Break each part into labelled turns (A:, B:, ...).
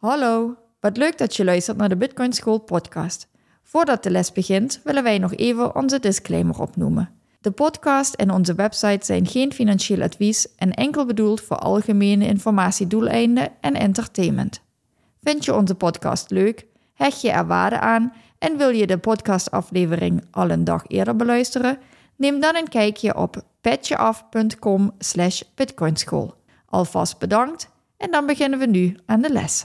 A: Hallo, wat leuk dat je luistert naar de Bitcoin School podcast. Voordat de les begint, willen wij nog even onze disclaimer opnoemen. De podcast en onze website zijn geen financieel advies en enkel bedoeld voor algemene informatiedoeleinden en entertainment. Vind je onze podcast leuk? Hecht je er waarde aan en wil je de podcastaflevering al een dag eerder beluisteren? Neem dan een kijkje op petjeaf.com/bitcoinschool. Alvast bedankt en dan beginnen we nu aan de les.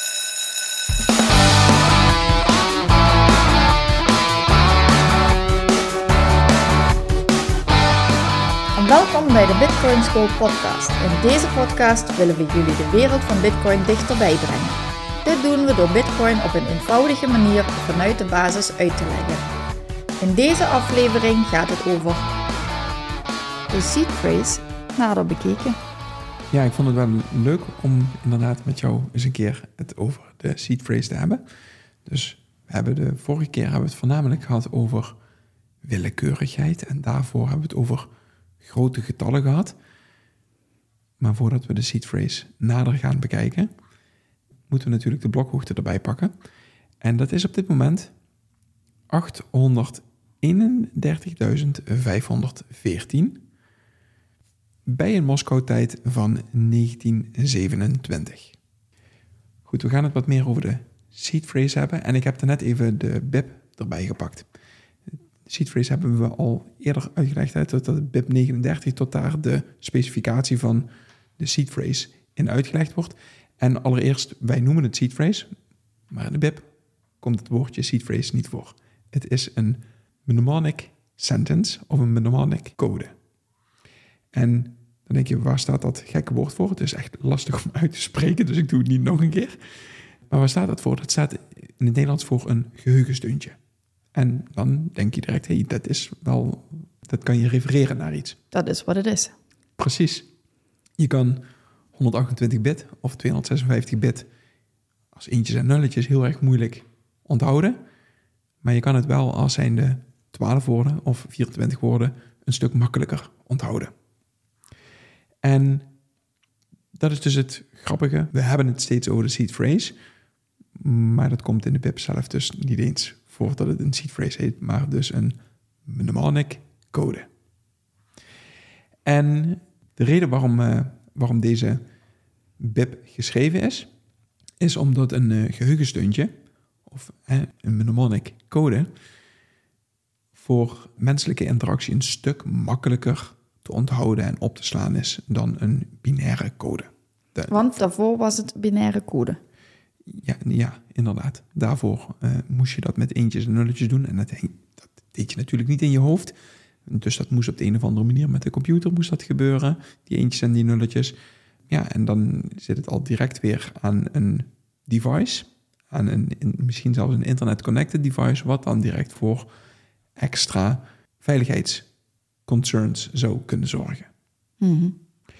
A: Welkom bij de Bitcoin School podcast. In deze podcast willen we jullie de wereld van Bitcoin dichterbij brengen. Dit doen we door Bitcoin op een eenvoudige manier vanuit de basis uit te leggen. In deze aflevering gaat het over de seed phrase nader bekeken.
B: Ja, ik vond het wel leuk om inderdaad met jou eens een keer het over de seed phrase te hebben. Dus de vorige keer hebben we het voornamelijk gehad over willekeurigheid en daarvoor hebben we het over grote getallen gehad. Maar voordat we de seed phrase nader gaan bekijken, moeten we natuurlijk de blokhoogte erbij pakken. En dat is op dit moment 831.514 bij een Moskou-tijd van 1927. Goed, we gaan het wat meer over de seed phrase hebben. En ik heb er net even de BIP erbij gepakt. De seed phrase hebben we al eerder uitgelegd. Dat de BIP 39 tot daar de specificatie van de seed phrase in uitgelegd wordt. En allereerst, wij noemen het seed phrase, maar in de BIP komt het woordje seed phrase niet voor. Het is een mnemonic sentence of een mnemonic code. En dan denk je, waar staat dat gekke woord voor? Het is echt lastig om uit te spreken, dus ik doe het niet nog een keer. Maar waar staat dat voor? Het staat in het Nederlands voor een geheugensteuntje. En dan denk je direct, dat kan je refereren naar iets.
A: Dat is wat het is.
B: Precies. Je kan 128 bit of 256 bit als eentjes en nulletjes heel erg moeilijk onthouden. Maar je kan het wel als zijnde 12 woorden of 24 woorden een stuk makkelijker onthouden. En dat is dus het grappige. We hebben het steeds over de seed phrase, maar dat komt in de BIP zelf dus niet eens voor dat het een seed phrase heet, maar dus een mnemonic code. En de reden waarom deze BIP geschreven is omdat een geheugensteuntje of een mnemonic code voor menselijke interactie een stuk makkelijker te onthouden en op te slaan is dan een binaire code.
A: Want daarvoor was het binaire code.
B: Ja, inderdaad. Daarvoor moest je dat met eentjes en nulletjes doen. En dat deed je natuurlijk niet in je hoofd. Dus dat moest op de een of andere manier met de computer moest dat gebeuren. Die eentjes en die nulletjes. Ja, en dan zit het al direct weer aan een device. Aan misschien zelfs een internet-connected device. Wat dan direct voor extra veiligheidsconcerns zou kunnen zorgen.
A: Mm-hmm.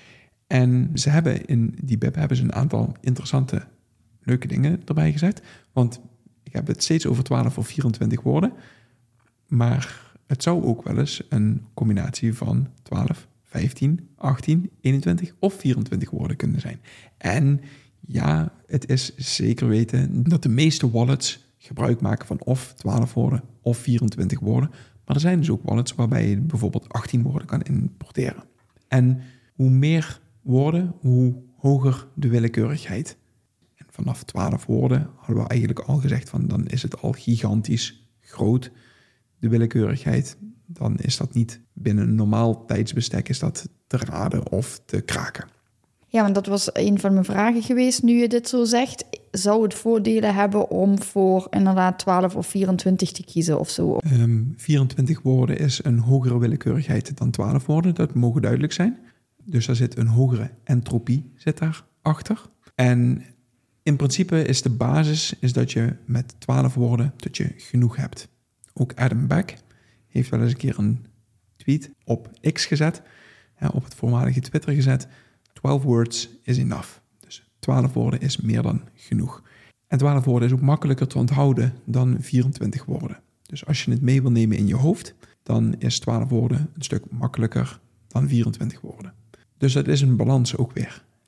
B: En ze hebben in die BIP een aantal interessante, leuke dingen erbij gezet. Want ik heb het steeds over 12 of 24 woorden. Maar het zou ook wel eens een combinatie van 12, 15, 18, 21 of 24 woorden kunnen zijn. En ja, het is zeker weten dat de meeste wallets gebruik maken van of 12 woorden of 24 woorden. Maar er zijn dus ook wallets waarbij je bijvoorbeeld 18 woorden kan importeren. En hoe meer woorden, hoe hoger de willekeurigheid. En vanaf 12 woorden hadden we eigenlijk al gezegd van dan is het al gigantisch groot, de willekeurigheid. Dan is dat niet binnen een normaal tijdsbestek is dat te raden of te kraken.
A: Ja, want dat was een van mijn vragen geweest nu je dit zo zegt. Zou het voordelen hebben om voor inderdaad 12 of 24 te kiezen of zo?
B: 24 woorden is een hogere willekeurigheid dan 12 woorden. Dat mogen duidelijk zijn. Dus daar zit een hogere entropie daarachter. En in principe is de basis dat je met 12 woorden dat je genoeg hebt. Ook Adam Back heeft wel eens een keer een tweet op X gezet. Op het voormalige Twitter gezet. 12 words is enough. Dus 12 woorden is meer dan genoeg. En 12 woorden is ook makkelijker te onthouden dan 24 woorden. Dus als je het mee wil nemen in je hoofd, dan is 12 woorden een stuk makkelijker dan 24 woorden. Dus dat is een balans ook weer.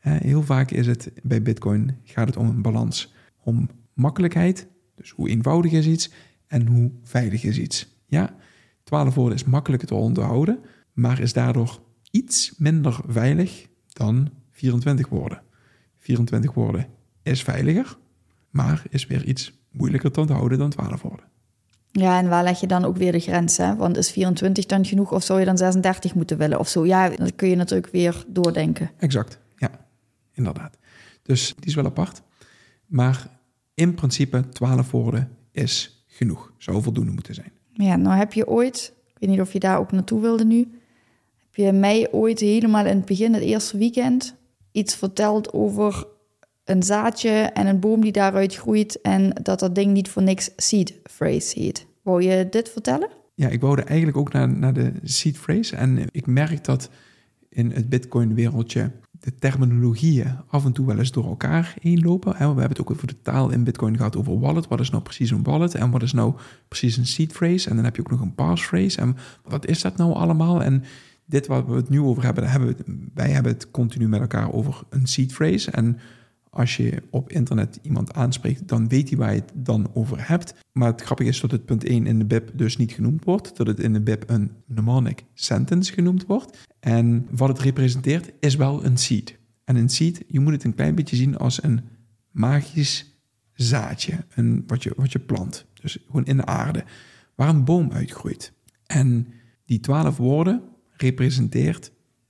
B: Heel vaak is het bij Bitcoin gaat het om een balans. Om makkelijkheid, dus hoe eenvoudig is iets en hoe veilig is iets. Ja, 12 woorden is makkelijker te onthouden, maar is daardoor iets minder veilig dan 24 woorden. 24 woorden is veiliger, maar is weer iets moeilijker te onthouden dan 12 woorden.
A: Ja, en waar leg je dan ook weer de grens? Hè? Want is 24 dan genoeg of zou je dan 36 moeten willen of zo? Ja, dat kun je natuurlijk weer doordenken.
B: Exact, ja, inderdaad. Dus die is wel apart. Maar in principe 12 woorden is genoeg. Zou voldoende moeten zijn.
A: Ja, nou heb je ooit, ik weet niet of je daar ook naartoe wilde nu, heb je mij ooit helemaal in het begin, het eerste weekend, iets verteld over een zaadje en een boom die daaruit groeit en dat ding niet voor niks seed phrase heet. Wou je dit vertellen?
B: Ja, ik wou eigenlijk ook naar de seed phrase. En ik merk dat in het Bitcoin-wereldje de terminologieën af en toe wel eens door elkaar heen lopen. We hebben het ook over de taal in Bitcoin gehad, over wallet. Wat is nou precies een wallet en wat is nou precies een seed phrase? En dan heb je ook nog een passphrase. En wat is dat nou allemaal? En dit wat we het nu over hebben, wij hebben het continu met elkaar over een seed phrase. En als je op internet iemand aanspreekt, dan weet hij waar je het dan over hebt. Maar het grappige is dat het punt 1 in de BIP dus niet genoemd wordt. Dat het in de BIP een mnemonic sentence genoemd wordt. En wat het representeert is wel een seed. En een seed, je moet het een klein beetje zien als een magisch zaadje. Wat je plant. Dus gewoon in de aarde. Waar een boom uitgroeit. En die 12 woorden representeert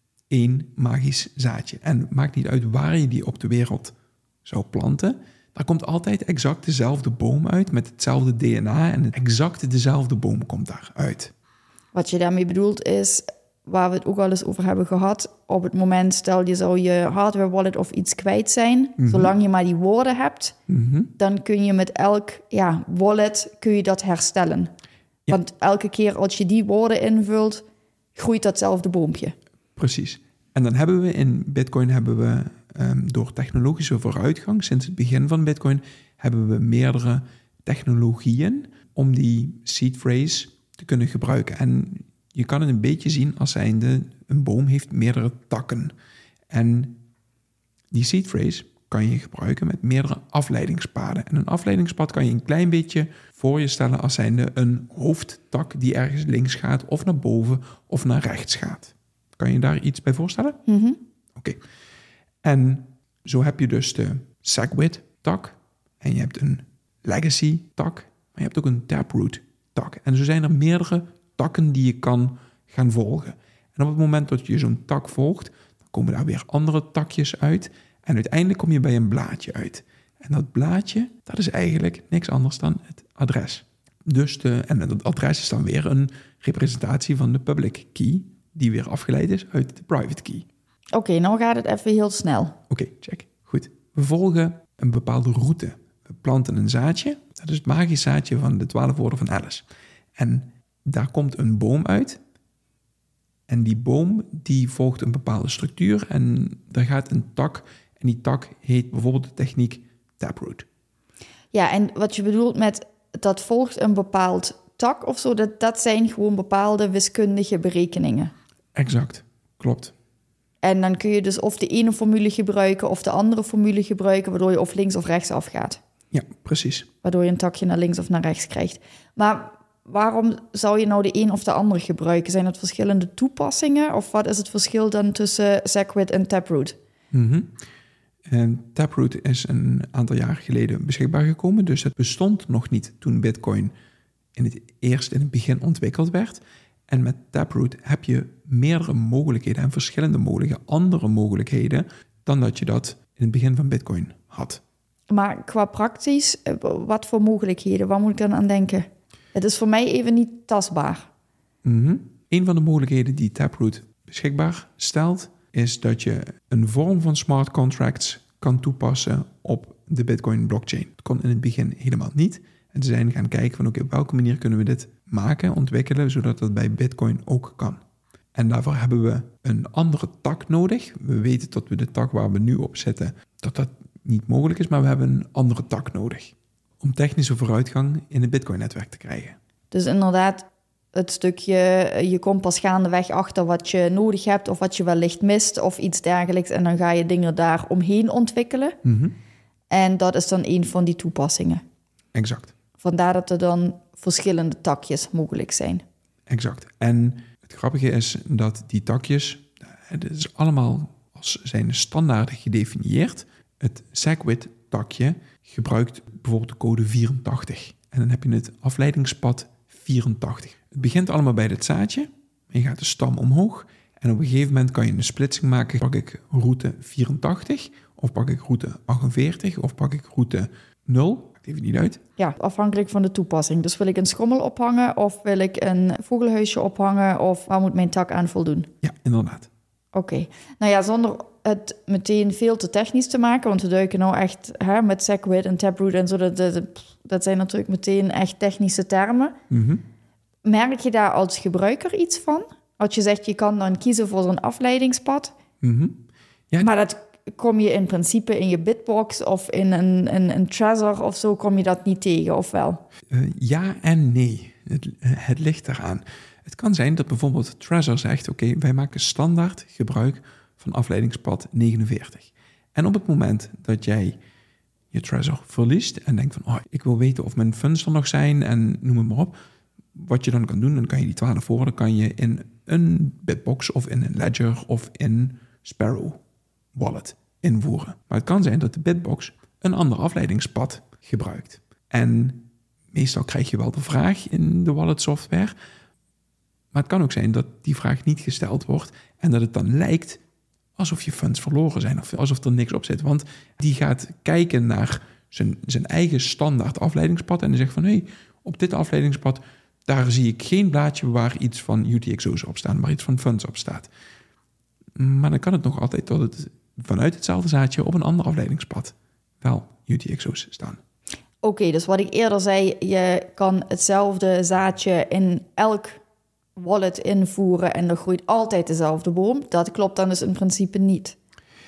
B: 1 magisch zaadje. En het maakt niet uit waar je die op de wereld zou planten, daar komt altijd exact dezelfde boom uit met hetzelfde DNA en exact dezelfde boom komt daaruit.
A: Wat je daarmee bedoelt is, waar we het ook al eens over hebben gehad, op het moment, stel je zou je hardware wallet of iets kwijt zijn, zolang je maar die woorden hebt, dan kun je met elk wallet kun je dat herstellen. Ja. Want elke keer als je die woorden invult, groeit datzelfde boompje.
B: Precies. En dan hebben we in Bitcoin door technologische vooruitgang, sinds het begin van Bitcoin, hebben we meerdere technologieën om die seed phrase te kunnen gebruiken. En je kan het een beetje zien als zijnde, een boom heeft meerdere takken. En die seed phrase kan je gebruiken met meerdere afleidingspaden. En een afleidingspad kan je een klein beetje voor je stellen als zijnde een hoofdtak die ergens links gaat of naar boven of naar rechts gaat. Kan je daar iets bij voorstellen? Oké. En zo heb je dus de SegWit-tak en je hebt een Legacy-tak, maar je hebt ook een Taproot-tak. En zo zijn er meerdere takken die je kan gaan volgen. En op het moment dat je zo'n tak volgt, dan komen daar weer andere takjes uit en uiteindelijk kom je bij een blaadje uit. En dat blaadje, dat is eigenlijk niks anders dan het adres. Dus en dat adres is dan weer een representatie van de public key, die weer afgeleid is uit de private key.
A: Oké, nou gaat het even heel snel.
B: Oké, check. Goed. We volgen een bepaalde route. We planten een zaadje. Dat is het magisch zaadje van de 12 woorden van Alice. En daar komt een boom uit. En die boom die volgt een bepaalde structuur. En daar gaat een tak. En die tak heet bijvoorbeeld de techniek Taproot.
A: Ja, en wat je bedoelt met dat volgt een bepaald tak of zo, dat zijn gewoon bepaalde wiskundige berekeningen.
B: Exact, klopt.
A: En dan kun je dus of de ene formule gebruiken of de andere formule gebruiken, waardoor je of links of rechts afgaat.
B: Ja, precies.
A: Waardoor je een takje naar links of naar rechts krijgt. Maar waarom zou je nou de een of de andere gebruiken? Zijn het verschillende toepassingen? Of wat is het verschil dan tussen SegWit en Taproot?
B: En Taproot is een aantal jaar geleden beschikbaar gekomen. Dus het bestond nog niet toen Bitcoin in het begin ontwikkeld werd. En met Taproot heb je meerdere mogelijkheden en verschillende mogelijke andere mogelijkheden dan dat je dat in het begin van Bitcoin had.
A: Maar qua praktisch, wat voor mogelijkheden? Waar moet ik dan aan denken? Het is voor mij even niet tastbaar.
B: Een van de mogelijkheden die Taproot beschikbaar stelt, is dat je een vorm van smart contracts kan toepassen op de Bitcoin blockchain. Dat kon in het begin helemaal niet. En ze zijn gaan kijken van op welke manier kunnen we dit maken, ontwikkelen, zodat dat bij Bitcoin ook kan. En daarvoor hebben we een andere tak nodig. We weten dat we de tak waar we nu op zitten, dat niet mogelijk is, maar we hebben een andere tak nodig om technische vooruitgang in het Bitcoin-netwerk te krijgen.
A: Dus inderdaad, het stukje, je komt pas gaandeweg achter wat je nodig hebt of wat je wellicht mist of iets dergelijks. En dan ga je dingen daar omheen ontwikkelen.
B: Mm-hmm.
A: En dat is dan een van die toepassingen.
B: Exact.
A: Vandaar dat er dan verschillende takjes mogelijk zijn.
B: Exact. En het grappige is dat die takjes, het is allemaal als zijn standaard gedefinieerd. Het SegWit takje gebruikt bijvoorbeeld de code 84. En dan heb je het afleidingspad 84. Het begint allemaal bij het zaadje. En je gaat de stam omhoog. En op een gegeven moment kan je een splitsing maken. Pak ik route 84, of pak ik route 48, of pak ik route 0. Maakt even niet uit.
A: Ja, afhankelijk van de toepassing. Dus wil ik een schommel ophangen of wil ik een vogelhuisje ophangen of waar moet mijn tak aan voldoen?
B: Ja, inderdaad.
A: Oké. Nou ja, zonder het meteen veel te technisch te maken, want we duiken nou echt met SegWit en Taproot en zo, dat zijn natuurlijk meteen echt technische termen.
B: Mm-hmm.
A: Merk je daar als gebruiker iets van? Als je zegt, je kan dan kiezen voor zo'n afleidingspad,
B: Mm-hmm. Ja,
A: maar dat kom je in principe in je Bitbox of in een Trezor of zo, kom je dat niet tegen, of wel?
B: Ja en nee. Het ligt eraan. Het kan zijn dat bijvoorbeeld Trezor zegt, oké, wij maken standaard gebruik van afleidingspad 49. En op het moment dat jij je Trezor verliest en denkt van, ik wil weten of mijn funds er nog zijn en noem het maar op. Wat je dan kan doen, dan kan je die 12 woorden kan je in een Bitbox of in een Ledger of in Sparrow Wallet invoeren. Maar het kan zijn dat de Bitbox een ander afleidingspad gebruikt. En meestal krijg je wel de vraag in de wallet software. Maar het kan ook zijn dat die vraag niet gesteld wordt en dat het dan lijkt alsof je funds verloren zijn of alsof er niks op zit. Want die gaat kijken naar zijn eigen standaard afleidingspad en die zegt van hé, op dit afleidingspad, daar zie ik geen blaadje waar iets van UTXO's op staan, waar iets van funds op staat. Maar dan kan het nog altijd dat het vanuit hetzelfde zaadje op een ander afleidingspad wel UTXO's staan.
A: Oké, dus wat ik eerder zei, je kan hetzelfde zaadje in elk wallet invoeren en er groeit altijd dezelfde boom. Dat klopt dan dus in principe niet.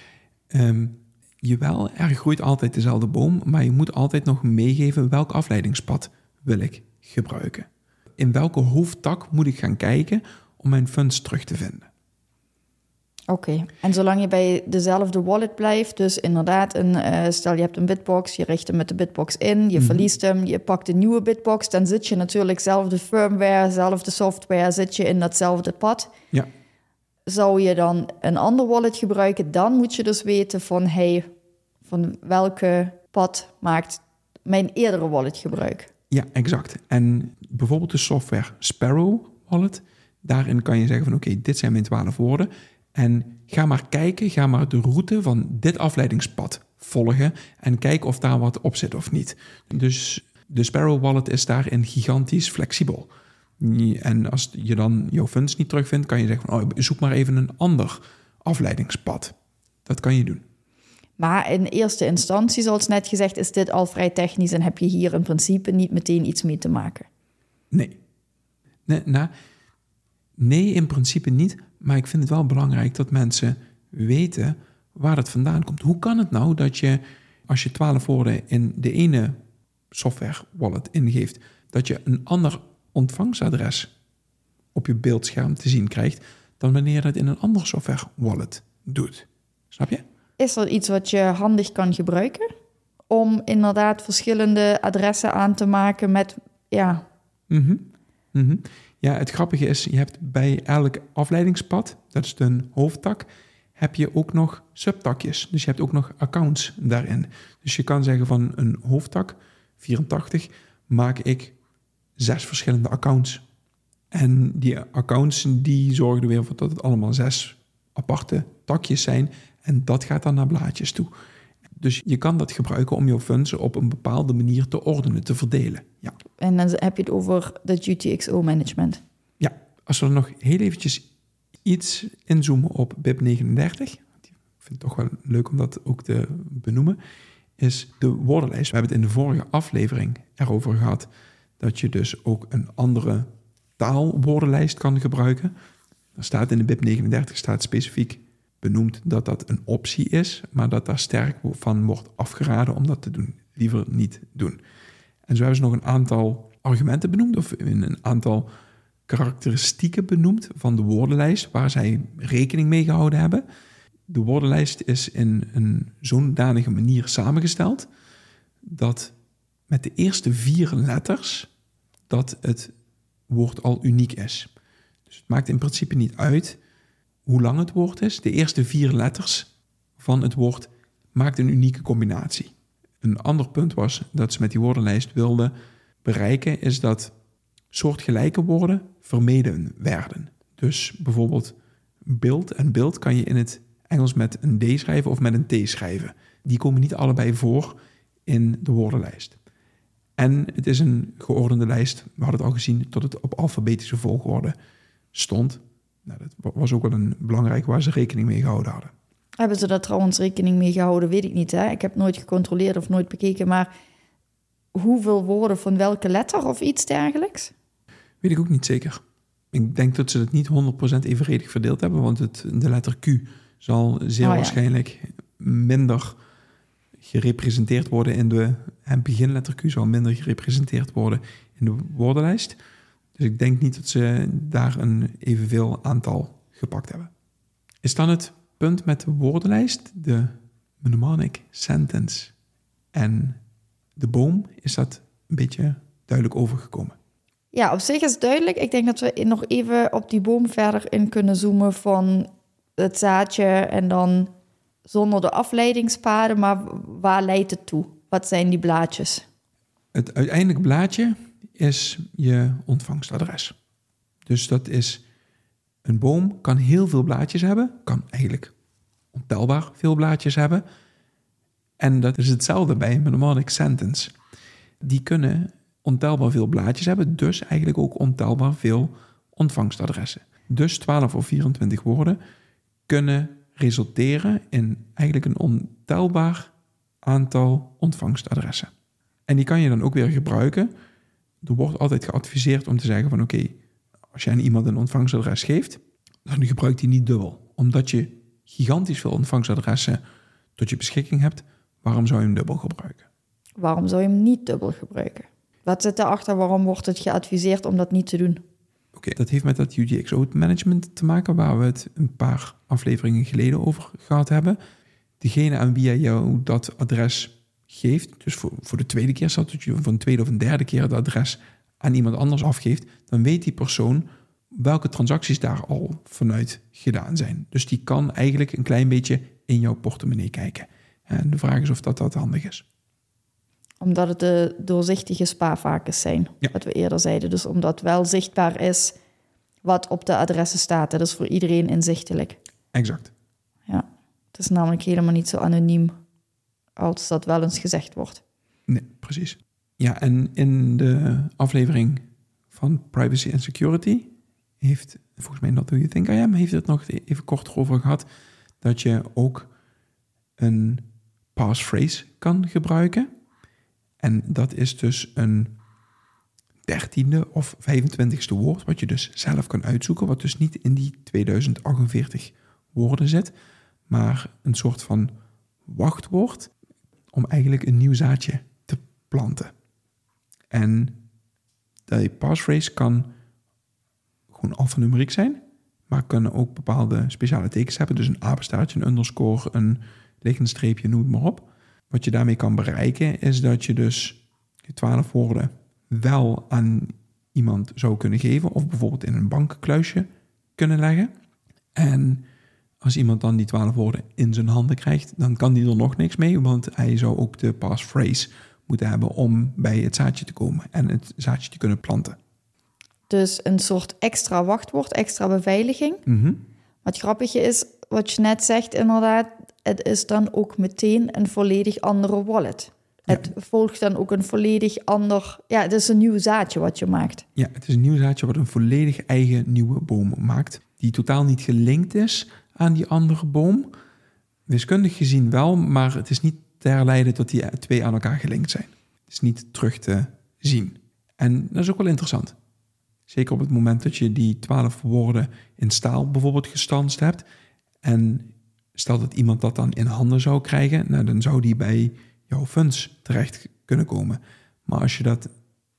B: Jawel, er groeit altijd dezelfde boom, maar je moet altijd nog meegeven welk afleidingspad wil ik gebruiken. In welke hoofdtak moet ik gaan kijken om mijn funds terug te vinden?
A: Oké, en zolang je bij dezelfde wallet blijft, dus inderdaad, stel je hebt een Bitbox, je richt hem met de Bitbox in, je verliest hem, je pakt een nieuwe Bitbox, dan zit je natuurlijk zelfde firmware, zelfde software, zit je in datzelfde pad.
B: Ja.
A: Zou je dan een ander wallet gebruiken, dan moet je dus weten van welke pad maakt mijn eerdere wallet gebruik.
B: Ja, exact. En bijvoorbeeld de software Sparrow Wallet, daarin kan je zeggen van oké, dit zijn mijn 12 woorden. En ga maar kijken, ga maar de route van dit afleidingspad volgen en kijk of daar wat op zit of niet. Dus de Sparrow Wallet is daarin gigantisch flexibel. En als je dan jouw funds niet terugvindt, kan je zeggen van zoek maar even een ander afleidingspad. Dat kan je doen.
A: Maar in eerste instantie, zoals net gezegd, is dit al vrij technisch en heb je hier in principe niet meteen iets mee te maken.
B: Nee, in principe niet. Maar ik vind het wel belangrijk dat mensen weten waar het vandaan komt. Hoe kan het nou dat je, als je 12 woorden in de ene software wallet ingeeft, dat je een ander ontvangstadres op je beeldscherm te zien krijgt dan wanneer je dat in een andere software wallet doet? Snap je?
A: Is er iets wat je handig kan gebruiken om inderdaad verschillende adressen aan te maken met, ja...
B: Ja, het grappige is, je hebt bij elk afleidingspad, dat is de hoofdtak, heb je ook nog subtakjes. Dus je hebt ook nog accounts daarin. Dus je kan zeggen van een hoofdtak, 84, maak ik 6 verschillende accounts. En die accounts die zorgen er weer voor dat het allemaal 6 aparte takjes zijn. En dat gaat dan naar blaadjes toe. Dus je kan dat gebruiken om jouw funds op een bepaalde manier te ordenen, te verdelen. Ja.
A: En dan heb je het over het UTXO-management.
B: Ja, als we nog heel eventjes iets inzoomen op BIP39, ik vind het toch wel leuk om dat ook te benoemen, is de woordenlijst. We hebben het in de vorige aflevering erover gehad dat je dus ook een andere taalwoordenlijst kan gebruiken. Er staat in de BIP39 staat specifiek benoemd dat dat een optie is, maar dat daar sterk van wordt afgeraden om dat te doen. Liever niet doen. En zo hebben ze nog een aantal argumenten benoemd, of een aantal karakteristieken benoemd van de woordenlijst waar zij rekening mee gehouden hebben. De woordenlijst is in een zodanige manier samengesteld dat met de eerste 4 letters dat het woord al uniek is. Dus het maakt in principe niet uit hoe lang het woord is. De eerste 4 letters van het woord maakt een unieke combinatie. Een ander punt was dat ze met die woordenlijst wilden bereiken, is dat soortgelijke woorden vermeden werden. Dus bijvoorbeeld beeld en beeld kan je in het Engels met een D schrijven of met een T schrijven. Die komen niet allebei voor in de woordenlijst. En het is een geordende lijst. We hadden het al gezien tot het op alfabetische volgorde stond. Nou, dat was ook wel een belangrijke waar ze rekening mee gehouden hadden.
A: Hebben ze daar trouwens rekening mee gehouden? Weet ik niet. Hè? Ik heb nooit gecontroleerd of nooit bekeken. Maar hoeveel woorden van welke letter of iets dergelijks?
B: Weet ik ook niet zeker. Ik denk dat ze het niet 100% evenredig verdeeld hebben. Want de letter Q zal zeer waarschijnlijk minder gerepresenteerd worden in de... En beginletter Q zal minder gerepresenteerd worden in de woordenlijst. Dus ik denk niet dat ze daar een evenveel aantal gepakt hebben. Is dan het punt met de woordenlijst, de mnemonic sentence en de boom, is dat een beetje duidelijk overgekomen?
A: Ja, op zich is het duidelijk. Ik denk dat we nog even op die boom verder in kunnen zoomen van het zaadje en dan zonder de afleidingspaden, maar waar leidt het toe? Wat zijn die blaadjes?
B: Het uiteindelijk blaadje is je ontvangstadres. Dus dat is een boom, kan heel veel blaadjes hebben, kan eigenlijk ontelbaar veel blaadjes hebben. En dat is hetzelfde bij een mnemonic sentence. Die kunnen ontelbaar veel blaadjes hebben, dus eigenlijk ook ontelbaar veel ontvangstadressen. Dus 12 of 24 woorden kunnen resulteren in eigenlijk een ontelbaar aantal ontvangstadressen. En die kan je dan ook weer gebruiken. Er wordt altijd geadviseerd om te zeggen van oké, als je aan iemand een ontvangstadres geeft, dan gebruikt die niet dubbel. Omdat je gigantisch veel ontvangstadressen tot je beschikking hebt, waarom zou je hem dubbel gebruiken?
A: Waarom zou je hem niet dubbel gebruiken? Wat zit daarachter? Waarom wordt het geadviseerd om dat niet te doen?
B: Oké, dat heeft met dat UTXO-management te maken, waar we het een paar afleveringen geleden over gehad hebben. Degene aan wie jij jou dat adres geeft, dus voor de tweede keer, dat je voor een tweede of een derde keer het adres aan iemand anders afgeeft, dan weet die persoon welke transacties daar al vanuit gedaan zijn. Dus die kan eigenlijk een klein beetje in jouw portemonnee kijken. En de vraag is of dat handig is.
A: Omdat het de doorzichtige spaarvakens zijn, wat we eerder zeiden. Dus omdat wel zichtbaar is wat op de adressen staat. Dat is voor iedereen inzichtelijk.
B: Exact.
A: Ja, het is namelijk helemaal niet zo anoniem als dat wel eens gezegd wordt.
B: Nee, precies. Ja, en in de aflevering van Privacy and Security heeft, volgens mij Not Who You Think I Am, heeft het nog even kort over gehad, dat je ook een passphrase kan gebruiken. En dat is dus een 13e of 25e woord, wat je dus zelf kan uitzoeken, wat dus niet in die 2048 woorden zit, maar een soort van wachtwoord om eigenlijk een nieuw zaadje te planten. En die passphrase kan gewoon alfanumeriek zijn, maar kunnen ook bepaalde speciale tekens hebben, dus een apenstaartje, een underscore, een liggend streepje, noem het maar op. Wat je daarmee kan bereiken is dat je dus 12 woorden wel aan iemand zou kunnen geven of bijvoorbeeld in een bankkluisje kunnen leggen. En als iemand dan die 12 woorden in zijn handen krijgt, dan kan die er nog niks mee, want hij zou ook de passphrase moeten hebben om bij het zaadje te komen en het zaadje te kunnen planten.
A: Dus een soort extra wachtwoord, extra beveiliging.
B: Mm-hmm.
A: Wat grappig is, wat je net zegt inderdaad, het is dan ook meteen een volledig andere wallet. Ja. Het volgt dan ook een volledig ander... Ja, het is een nieuw zaadje wat je maakt.
B: Ja, het is een nieuw zaadje wat een volledig eigen nieuwe boom maakt, die totaal niet gelinkt is aan die andere boom. Wiskundig gezien wel, maar het is niet te herleiden dat die twee aan elkaar gelinkt zijn. Het is niet terug te zien. En dat is ook wel interessant. Zeker op het moment dat je die 12 woorden in staal bijvoorbeeld gestanst hebt. En stel dat iemand dat dan in handen zou krijgen, nou, dan zou die bij jouw funds terecht kunnen komen. Maar als je dat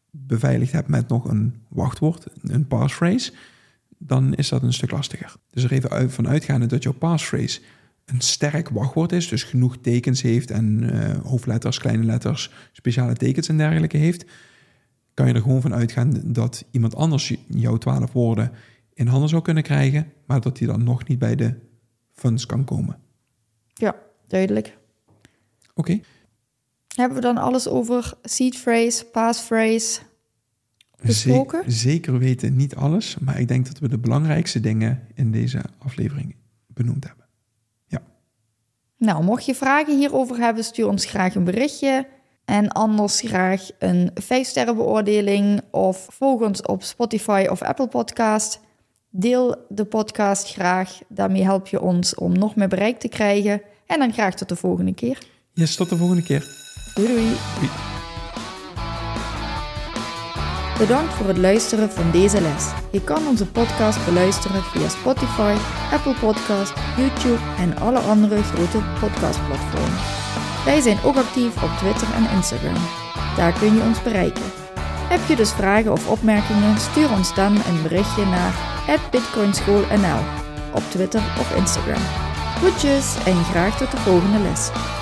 B: beveiligd hebt met nog een wachtwoord, een passphrase, dan is dat een stuk lastiger. Dus er even van uitgaande dat jouw passphrase een sterk wachtwoord is, dus genoeg tekens heeft en hoofdletters, kleine letters, speciale tekens en dergelijke heeft, kan je er gewoon van uitgaan dat iemand anders jouw 12 woorden in handen zou kunnen krijgen, maar dat die dan nog niet bij de funds kan komen.
A: Ja, duidelijk.
B: Oké.
A: Hebben we dan alles over seed phrase, passphrase besproken?
B: Zeker weten niet alles, maar ik denk dat we de belangrijkste dingen in deze aflevering benoemd hebben. Ja.
A: Nou, mocht je vragen hierover hebben, stuur ons graag een berichtje. En anders graag een 5-sterren beoordeling of volg ons op Spotify of Apple Podcast. Deel de podcast graag, daarmee help je ons om nog meer bereik te krijgen. En dan graag tot de volgende keer.
B: Yes, tot de volgende keer.
A: Doei doei.
B: Doei.
A: Bedankt voor het luisteren van deze les. Je kan onze podcast beluisteren via Spotify, Apple Podcast, YouTube en alle andere grote podcastplatformen. Wij zijn ook actief op Twitter en Instagram. Daar kun je ons bereiken. Heb je dus vragen of opmerkingen, stuur ons dan een berichtje naar @bitcoinschoolnl op Twitter of Instagram. Groetjes en graag tot de volgende les.